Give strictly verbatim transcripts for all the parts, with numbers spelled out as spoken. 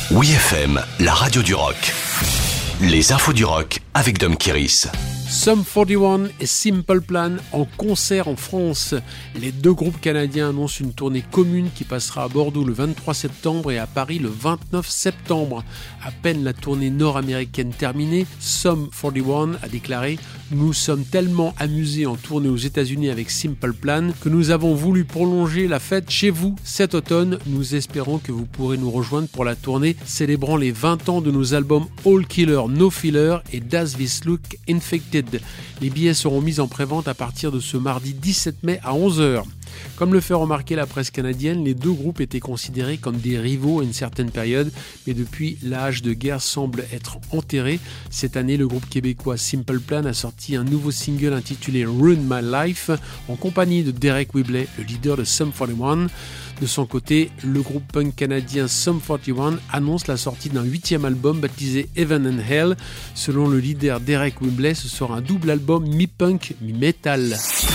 Oui F M, la radio du rock. Les infos du rock avec Dom Kiris. Sum quarante et un et Simple Plan en concert en France. Les deux groupes canadiens annoncent une tournée commune qui passera à Bordeaux le vingt-trois septembre et à Paris le vingt-neuf septembre. À peine la tournée nord-américaine terminée, Sum quarante et un a déclaré « Nous sommes tellement amusés en tournée aux États-Unis avec Simple Plan que nous avons voulu prolonger la fête chez vous cet automne. Nous espérons que vous pourrez nous rejoindre pour la tournée célébrant les vingt ans de nos albums All Killer, No Filler et Does This Look Infected. Les billets seront mis en prévente à partir de ce mardi dix-sept mai à onze heures. Comme le fait remarquer la presse canadienne, les deux groupes étaient considérés comme des rivaux à une certaine période, mais depuis, l'âge de guerre semble être enterré. Cette année, le groupe québécois Simple Plan a sorti un nouveau single intitulé Ruin My Life, en compagnie de Derek Whibley, le leader de Sum quarante et un. De son côté, le groupe punk canadien Sum quarante et un annonce la sortie d'un huitième album baptisé Heaven and Hell. Selon le leader Derek Whibley, ce sera un double album mi-punk, mi-metal.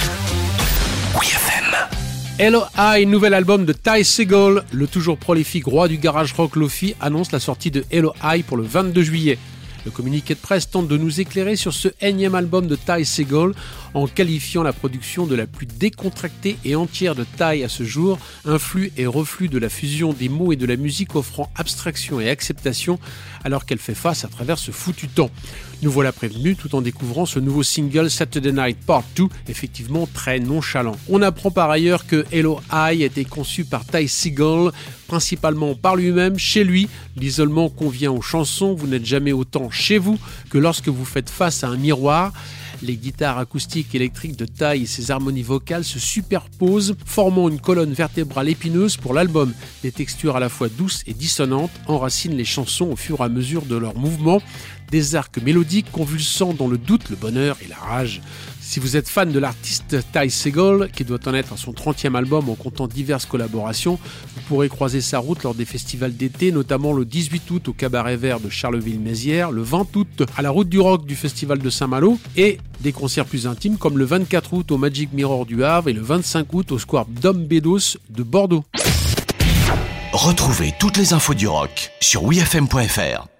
Oui F M. Hello High, nouvel album de Ty Segall, le toujours prolifique roi du garage rock Lofi, annonce la sortie de Hello High pour le vingt-deux juillet. Le communiqué de presse tente de nous éclairer sur ce énième album de Ty Segall en qualifiant la production de la plus décontractée et entière de Ty à ce jour, un flux et reflux de la fusion des mots et de la musique offrant abstraction et acceptation alors qu'elle fait face à travers ce foutu temps. Nous voilà prévenus tout en découvrant ce nouveau single Saturday Night Part deux, effectivement très nonchalant. On apprend par ailleurs que Hello High a été conçu par Ty Segall, principalement par lui-même, chez lui. L'isolement convient aux chansons, vous n'êtes jamais autant chez vous que lorsque vous faites face à un miroir. Les guitares acoustiques électriques de Ty et ses harmonies vocales se superposent, formant une colonne vertébrale épineuse pour l'album. Des textures à la fois douces et dissonantes enracinent les chansons au fur et à mesure de leur mouvement. Des arcs mélodiques convulsant dans le doute, le bonheur et la rage. Si vous êtes fan de l'artiste Ty Segall, qui doit en être à son trentième album en comptant diverses collaborations, vous pourrez croiser sa route lors des festivals d'été, notamment le dix-huit août au Cabaret Vert de Charleville-Mézières, le vingt août à la Route du Rock du Festival de Saint-Malo et des concerts plus intimes comme le vingt-quatre août au Magic Mirror du Havre et le vingt-cinq août au Square Dom Bédos de Bordeaux. Retrouvez toutes les infos du rock sur oui f m point f r.